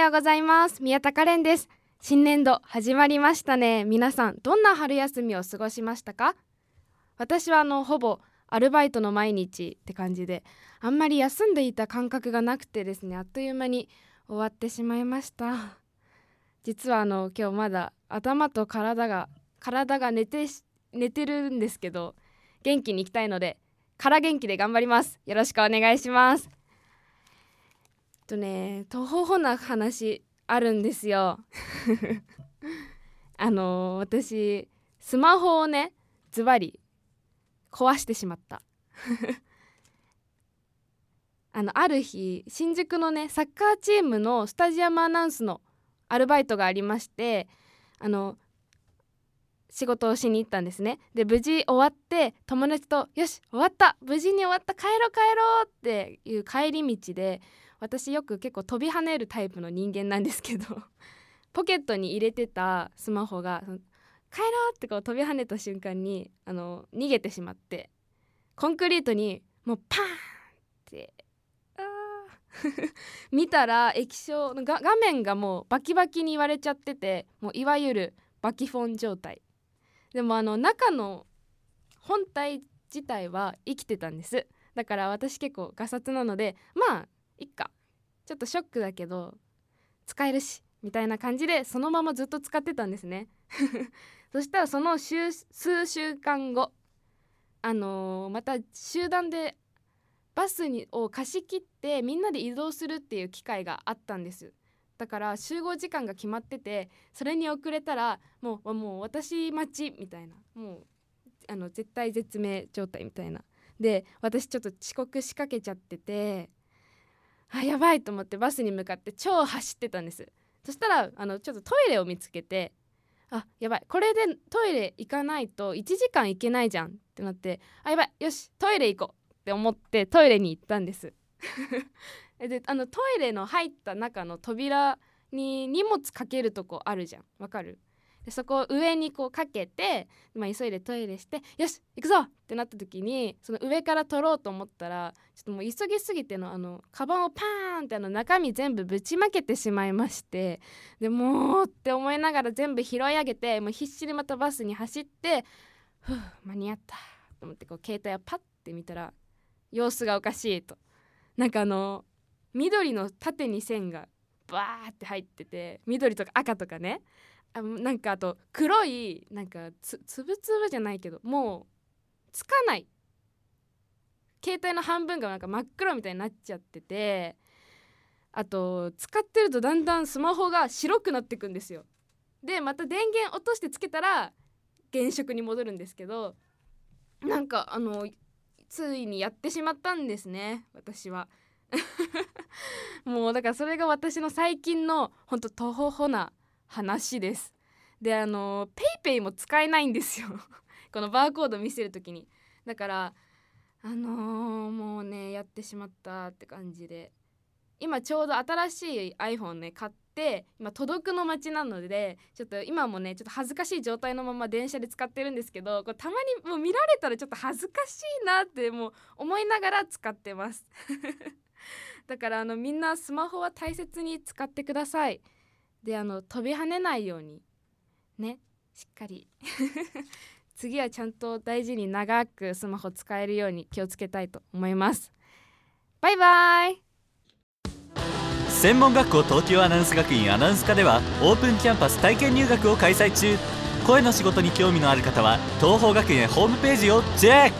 ようございます。宮田カレンです。新年度始まりましたね。皆さんどんな春休みを過ごしましたか？私はほぼアルバイトの毎日って感じで、あんまり休んでいた感覚がなくてですね、あっという間に終わってしまいました。実は今日まだ頭と体が寝てるんですけど、元気にいきたいのでから元気で頑張ります。よろしくお願いします。とほほな話あるんですよ私スマホをね、ズバリ壊してしまったある日、新宿のねサッカーチームのスタジアムアナウンスのアルバイトがありまして、仕事をしに行ったんですね。で、無事終わって友達とよし終わった、無事に終わった、帰ろうっていう帰り道で、私よく結構飛び跳ねるタイプの人間なんですけどポケットに入れてたスマホが帰ろうってこう飛び跳ねた瞬間に逃げてしまって、コンクリートにもうパーンって見たら液晶が画面がもうバキバキに割れちゃってて、もういわゆるバキフォン状態でも中の本体自体は生きてたんです。だから私結構ガサツなので、まあいっか、ちょっとショックだけど使えるしみたいな感じでそのままずっと使ってたんですねそしたらその数週間後、また集団でバスを貸し切ってみんなで移動するっていう機会があったんです。だから集合時間が決まってて、それに遅れたらもう私待ちみたいな、もう絶対絶命状態みたいなで、私ちょっと遅刻しかけちゃってて、やばいと思ってバスに向かって超走ってたんです。そしたらちょっとトイレを見つけて、やばい、これでトイレ行かないと1時間行けないじゃんってなって、やばい、よしトイレ行こうって思ってトイレに行ったんですでトイレの入った中の扉に荷物かけるとこあるじゃん、わかる？でそこを上にこうかけて、急いでトイレして、よし行くぞってなった時に、その上から取ろうと思ったらちょっともう急ぎすぎてカバンをパーンって中身全部ぶちまけてしまいまして、でもうって思いながら全部拾い上げて、もう必死にまたバスに走って、間に合ったと思ってこう携帯をパッて見たら様子がおかしいと、緑の縦に線がバーって入ってて、緑とか赤とかね、あと黒いつぶつぶじゃないけど、もうつかない携帯の半分が真っ黒みたいになっちゃってて、あと使ってるとだんだんスマホが白くなってくんですよ。でまた電源落としてつけたら原色に戻るんですけど、ついにやってしまったんですね、私はもうだからそれが私の最近のほんととほほな話です。でペイペイも使えないんですよこのバーコード見せるときに。だからもうね、やってしまったって感じで、今ちょうど新しい iPhone ね買って、今届くの待ちなので、ちょっと今もねちょっと恥ずかしい状態のまま電車で使ってるんですけど、これたまにもう見られたらちょっと恥ずかしいなってもう思いながら使ってますだからみんなスマホは大切に使ってください。で飛び跳ねないようにね、しっかり次はちゃんと大事に長くスマホ使えるように気をつけたいと思います。バイバイ。 専門学校東京アナウンス学院アナウンス科ではオープンキャンパス体験入学を開催中。声の仕事に興味のある方は東邦学園ホームページをチェック。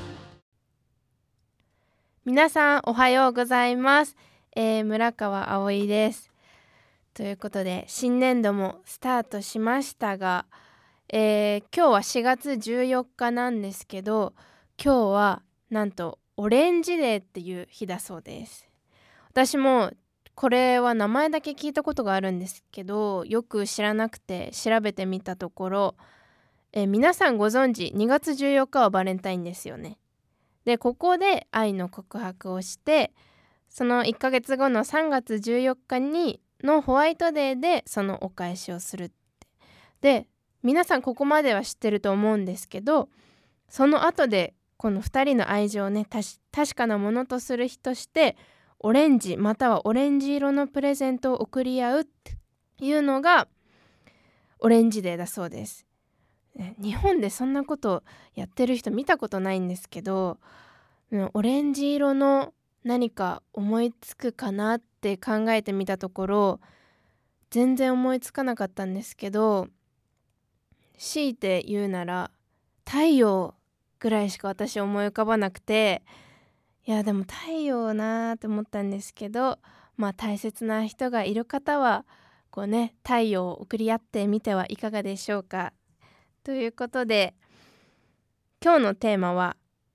皆さんおはようございます、村川葵です。ということで新年度もスタートしましたが、今日は4月14日なんですけど、今日はなんとオレンジデーっていう日だそうです。私もこれは名前だけ聞いたことがあるんですけど、よく知らなくて調べてみたところ、皆さんご存知2月14日はバレンタインですよね。でここで愛の告白をして、その1ヶ月後の3月14日にのホワイトデーでそのお返しをするって。で皆さんここまでは知ってると思うんですけど、その後でこの2人の愛情をね確かなものとする日としてオレンジまたはオレンジ色のプレゼントを贈り合うっていうのがオレンジデーだそうです。日本でそんなことやってる人見たことないんですけど、オレンジ色の何か思いつくかなって考えてみたところ全然思いつかなかったんですけど、強いて言うなら太陽ぐらいしか私思い浮かばなくて、いやでも太陽なーって思ったんですけど、大切な人がいる方はこうね、太陽を送り合ってみてはいかがでしょうか。ということで今日のテーマは、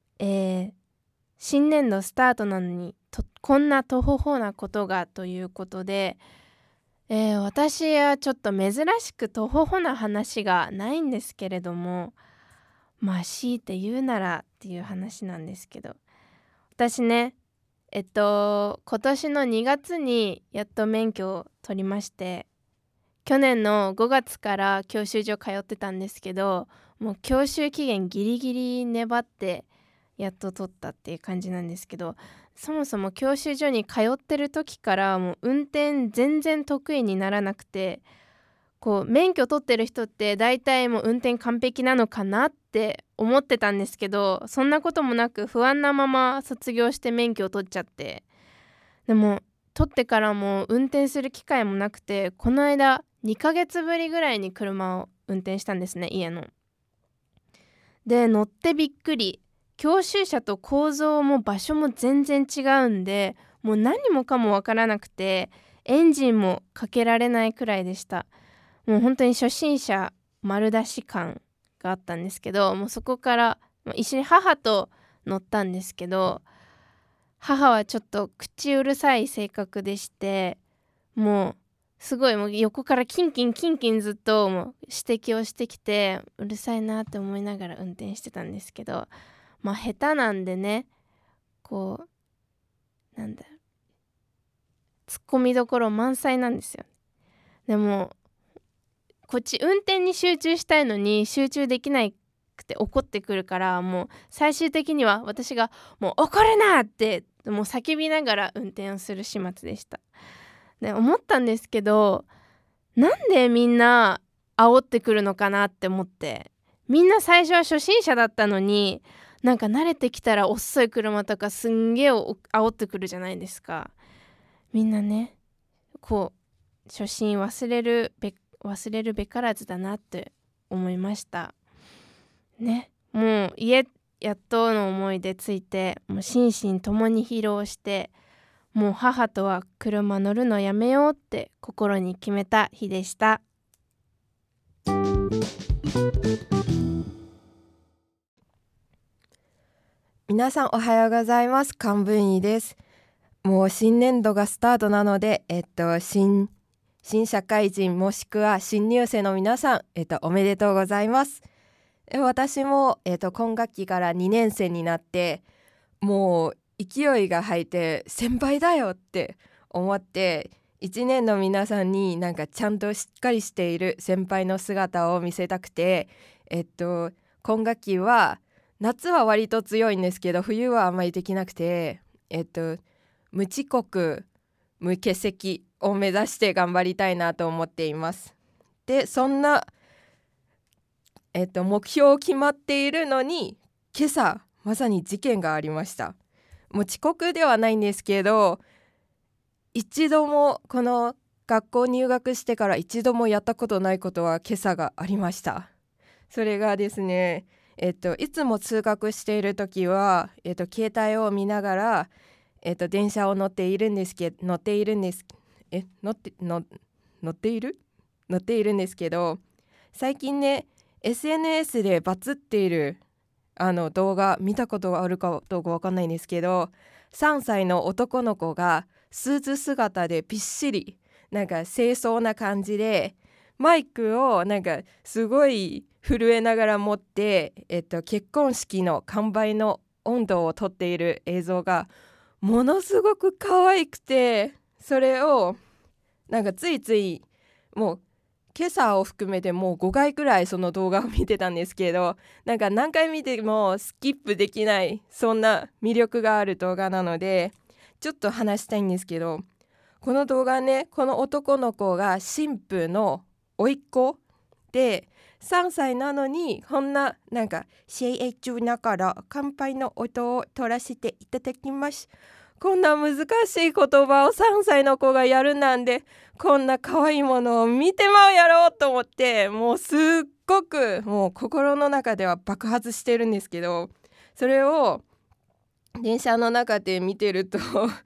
新年度スタートなのにこんなとほほなことがということで、私はちょっと珍しくとほほな話がないんですけれども、強いて言うならっていう話なんですけど、私ね今年の2月にやっと免許を取りまして、去年の5月から教習所通ってたんですけど、もう教習期限ギリギリ粘ってやっと取ったっていう感じなんですけど、そもそも教習所に通ってる時からもう運転全然得意にならなくて、こう免許取ってる人って大体もう運転完璧なのかなって思ってたんですけど、そんなこともなく不安なまま卒業して免許を取っちゃって、でも取ってからも運転する機会もなくて、この間2ヶ月ぶりぐらいに車を運転したんですね、家の。で乗ってびっくり、教習車と構造も場所も全然違うんで、もう何もかもわからなくてエンジンもかけられないくらいでした。もう本当に初心者丸出し感があったんですけど、もうそこから一緒に母と乗ったんですけど、母はちょっと口うるさい性格でして、もうすごいもう横からキンキンずっともう指摘をしてきて、うるさいなって思いながら運転してたんですけど、下手なんでね、こうなんだツッコミどころ満載なんですよ。でもこっち運転に集中したいのに集中できなくて怒ってくるから、もう最終的には私がもう怒るなってもう叫びながら運転をする始末でした。で思ったんですけど、なんでみんな煽ってくるのかなって思って、みんな最初は初心者だったのに、なんか慣れてきたら遅い車とかすんげえ煽ってくるじゃないですか。みんなね、こう初心忘れるべからずだなって思いましたね。もう家やっとの思いでついて、もう心身ともに疲労して、もう母とは車乗るのやめようって心に決めた日でした。 皆さんおはようございます。漢文医です。もう新年度がスタートなので、新社会人もしくは新入生の皆さん、おめでとうございます。私も、今学期から2年生になって、もう勢いが入って先輩だよって思って、1年の皆さんになんかちゃんとしっかりしている先輩の姿を見せたくて、今学期は夏は割と強いんですけど、冬はあんまりできなくて、無遅刻無欠席を目指して頑張りたいなと思っています。でそんな、目標決まっているのに、今朝まさに事件がありました。もう遅刻ではないんですけど、一度もこの学校入学してから一度もやったことないことは今朝がありました。それがですね、いつも通学している時は、携帯を見ながら、電車を乗っているんですけど、最近ね SNS でバズっている動画見たことがあるかどうかわかんないんですけど、3歳の男の子がスーツ姿でぴっしりなんか清掃な感じでマイクをなんかすごい震えながら持って、結婚式の乾杯の音頭を撮っている映像がものすごく可愛くて、それをなんかついついもう今朝を含めてもう5回くらいその動画を見てたんですけど、なんか何回見てもスキップできない、そんな魅力がある動画なので、 ちょっと話したいんですけど、この動画ね、この男の子が新婦の甥っ子で3歳なのに、こんななんか試合中だから乾杯の音を取らせていただきます、こんな難しい言葉を3歳の子がやるなんで、こんな可愛いものを見てまうやろうと思って、もうすっごくもう心の中では爆発してるんですけど、それを電車の中で見てると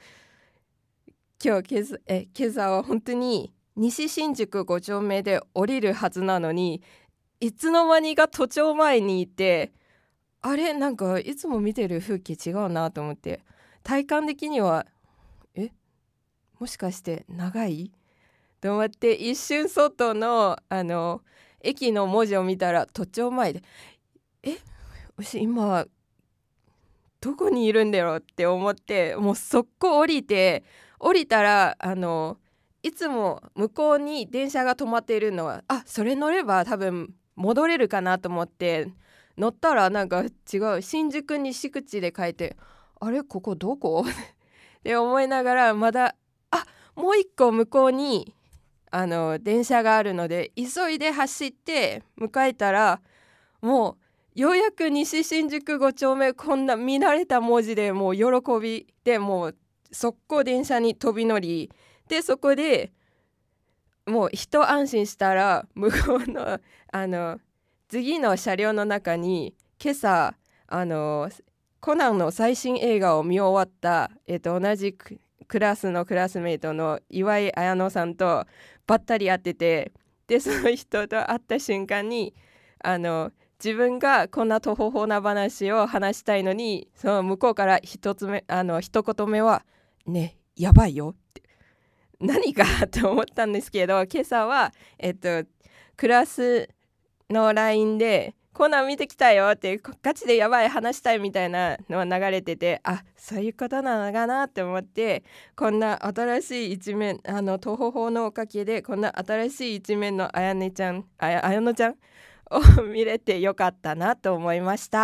今朝は本当に西新宿5丁目で降りるはずなのに、いつの間にか都庁前にいて、あれなんかいつも見てる風景違うなと思って、体感的にはもしかして長いと思って、一瞬外の駅の文字を見たら都庁前で、私今どこにいるんだろうって思って、もう速攻降りたらいつも向こうに電車が止まっているのは、それ乗れば多分戻れるかなと思って乗ったら、なんか違う、新宿西口で書いて、あれここどこって思いながら、まだもう一個向こうに電車があるので急いで走って迎えたら、もうようやく西新宿5丁目、こんな見慣れた文字でもう喜びで、もう速攻電車に飛び乗りで、そこでもう一安心したら、向こうの次の車両の中に今朝コナンの最新映画を見終わった、同じクラスのクラスメイトの岩井綾乃さんとばったり会ってて、でその人と会った瞬間に自分がこんなとほほな話を話したいのに、その向こうから一言目はね、やばいよって何かと思ったんですけど、今朝はクラスの LINE でコナン見てきたよってガチでやばい話したいみたいなのは流れてて、そういうことなのかなって思って、こんな新しい一面とほほのおかげでこんな新しい一面のあや乃ちゃんを見れてよかったなと思いました。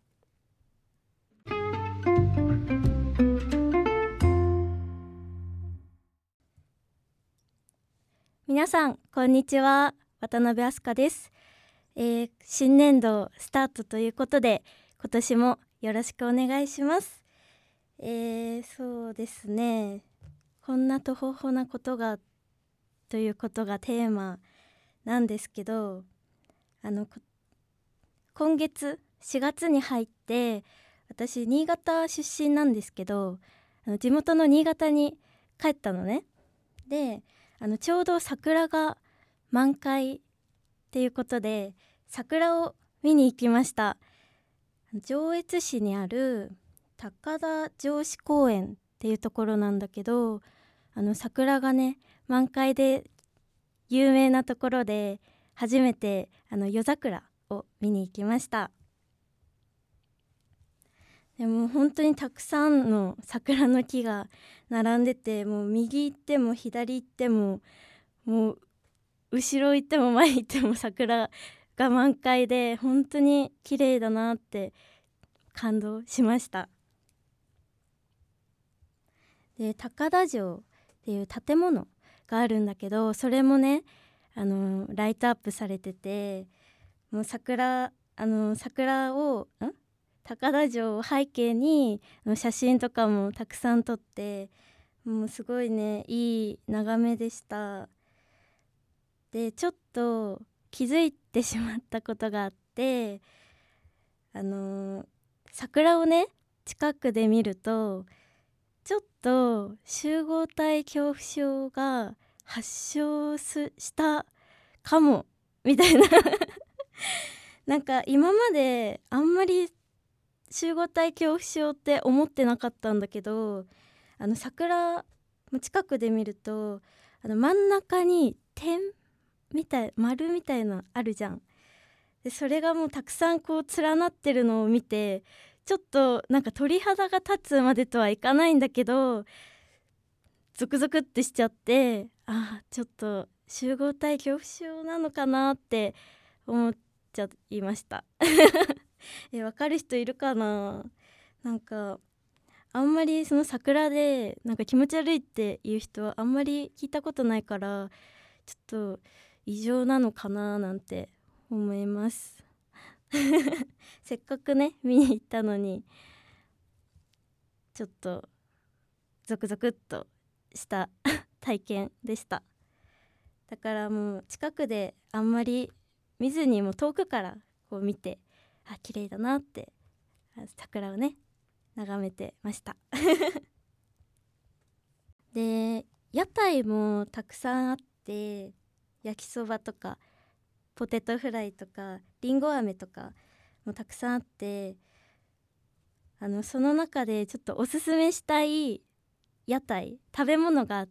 皆さんこんにちは、渡辺飛鳥です。新年度スタートということで、今年もよろしくお願いします。そうですね、こんなとほほなことがということがテーマなんですけど、今月4月に入って、私新潟出身なんですけど、地元の新潟に帰ったのね。でちょうど桜が満開っていうことで、桜を見に行きました。上越市にある高田城址公園っていうところなんだけど、桜がね満開で有名なところで、初めて夜桜を見に行きました。でも本当にたくさんの桜の木が並んでて、もう右行っても左行っても、もう後ろ行っても前行っても桜が満開で、本当に綺麗だなって感動しました。で高田城っていう建物があるんだけど、それもねライトアップされてて、もう桜を高田城を背景に写真とかもたくさん撮って、もうすごいねいい眺めでした。でちょっと気づいてしまったことがあって、桜をね近くで見ると、ちょっと集合体恐怖症が発症したかもみたいななんか今まであんまり集合体恐怖症って思ってなかったんだけど、桜近くで見ると真ん中に丸みたいなあるじゃん。でそれがもうたくさんこう連なってるのを見て、ちょっとなんか鳥肌が立つまでとはいかないんだけど、ゾクゾクってしちゃって、ちょっと集合体恐怖症なのかなって思っちゃいましたわかる人いるかな。なんかあんまりその桜でなんか気持ち悪いっていう人はあんまり聞いたことないから、ちょっと異常なのかななんて思いますせっかくね見に行ったのにちょっとゾクゾクっとした体験でした。だからもう近くであんまり見ずにも遠くからこう見て、あ、綺麗だなって桜をね眺めてましたで屋台もたくさんあって、焼きそばとかポテトフライとかりんご飴とかもたくさんあって、その中でちょっとおすすめしたい屋台食べ物があって、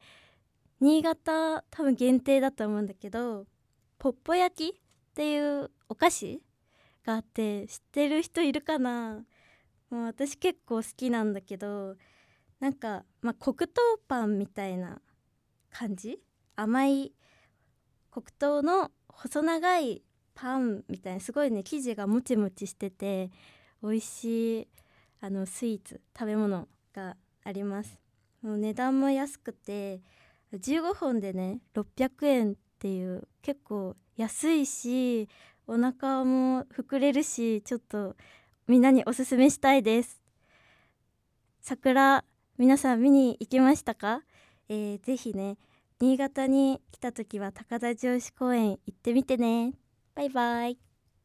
新潟多分限定だと思うんだけど、ポッポ焼きっていうお菓子があって、知ってる人いるかな。もう私結構好きなんだけど、なんか、黒糖パンみたいな感じ、甘い黒糖の細長いパンみたいな、すごいね生地がもちもちしてて美味しいスイーツ食べ物があります。もう値段も安くて15本でね600円っていう結構安いし、お腹も膨れるし、ちょっとみんなにおすすめしたいです。桜皆さん見に行きましたか？ぜひね新潟に来た時は高田城址公園行ってみてね。バイバイ。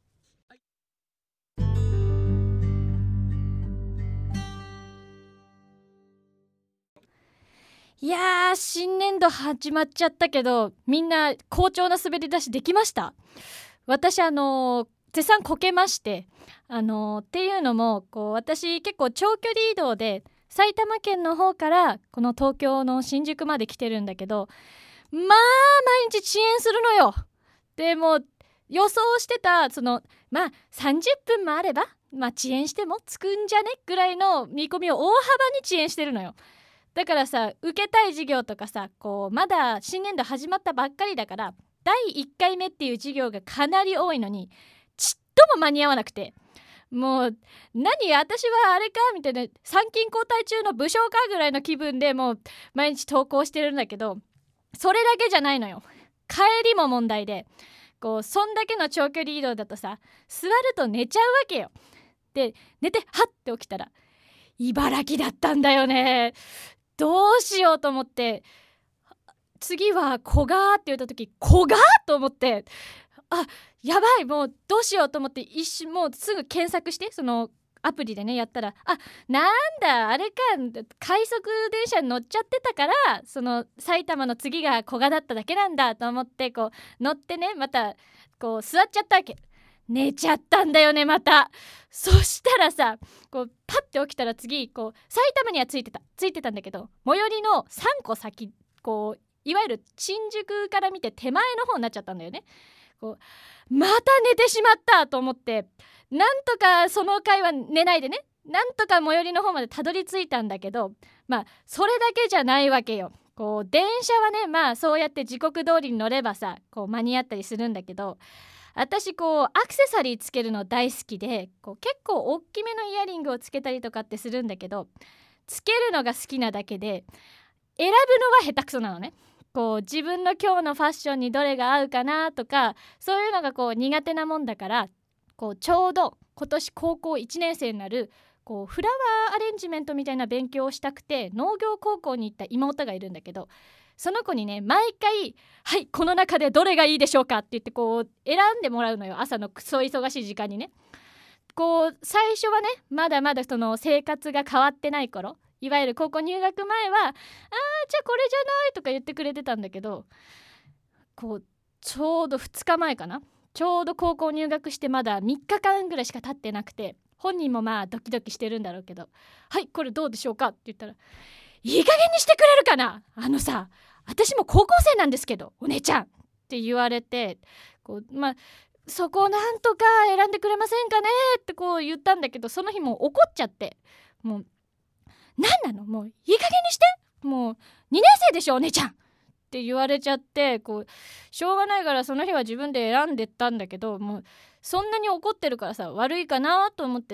いやー、新年度始まっちゃったけど、みんな好調な滑り出しできました？私絶賛こけまして、っていうのも私結構長距離移動で埼玉県の方からこの東京の新宿まで来てるんだけど、毎日遅延するのよ。でも予想してた30分もあれば遅延しても着くんじゃねぐらいの見込みを大幅に遅延してるのよ。だからさ、受けたい授業とかさ、まだ新年度始まったばっかりだから第1回目っていう授業がかなり多いのにちっとも間に合わなくて、もう私はあれかみたいな、参勤交代中の武将かぐらいの気分でもう毎日登校してるんだけど、それだけじゃないのよ。帰りも問題で、そんだけの長距離移動だとさ、座ると寝ちゃうわけよ。で寝てはって起きたら茨城だったんだよね。どうしようと思って、次は古賀って言った時古賀と思って、やばい、もうどうしようと思って一瞬もうすぐ検索して、そのアプリでねやったら、なんだあれか、快速電車に乗っちゃってたから、その埼玉の次が古賀だっただけなんだと思って、乗ってね、また座っちゃったわけ。寝ちゃったんだよねまた。そしたらさ、パッて起きたら次埼玉にはついてたんだけど、最寄りの3個先、いわゆる新宿から見て手前の方になっちゃったんだよね。また寝てしまったと思って、なんとかその回は寝ないでね、なんとか最寄りの方までたどり着いたんだけど、それだけじゃないわけよ。電車はねそうやって時刻通りに乗ればさ間に合ったりするんだけど、私アクセサリーつけるの大好きで、結構大きめのイヤリングをつけたりとかってするんだけど、つけるのが好きなだけで選ぶのは下手くそなのね。自分の今日のファッションにどれが合うかなとか、そういうのが苦手なもんだから、ちょうど今年高校1年生になるフラワーアレンジメントみたいな勉強をしたくて農業高校に行った妹がいるんだけど、その子にね毎回はいこの中でどれがいいでしょうかって言って選んでもらうのよ。朝のクソ忙しい時間にね。最初はねまだまだその生活が変わってない頃、いわゆる高校入学前はじゃあこれじゃないとか言ってくれてたんだけど、ちょうど2日前かな、ちょうど高校入学してまだ3日間ぐらいしか経ってなくて、本人もドキドキしてるんだろうけど、はいこれどうでしょうかって言ったら、いい加減にしてくれるかな、私も高校生なんですけどお姉ちゃんって言われて、そこをなんとか選んでくれませんかねって言ったんだけど、その日もう怒っちゃって、もうなんなの、もういい加減にして、もう2年生でしょお姉ちゃんって言われちゃって、しょうがないからその日は自分で選んでったんだけど、もうそんなに怒ってるからさ悪いかなと思ってね、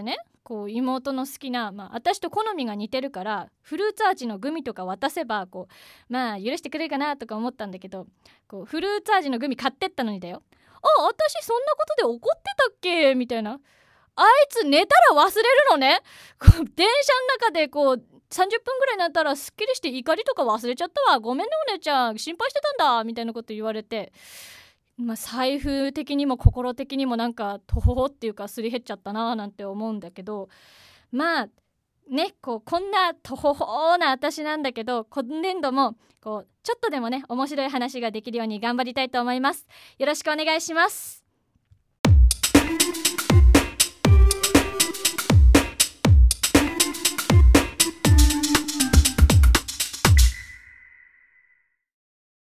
こう妹の好きな、私と好みが似てるからフルーツ味のグミとか渡せばこう許してくれるかなとか思ったんだけど、こうフルーツ味のグミ買ってったのにだよ、私そんなことで怒ってたっけみたいな。あいつ寝たら忘れるのね。こう電車の中でこう30分ぐらいになったらすっきりして怒りとか忘れちゃったわ、ごめんねお姉ちゃん心配してたんだみたいなこと言われて、財布的にも心的にもなんかとほほっていうかすり減っちゃったななんて思うんだけど、こんなとほほな私なんだけど、今年度もこうちょっとでもね面白い話ができるように頑張りたいと思います。よろしくお願いします。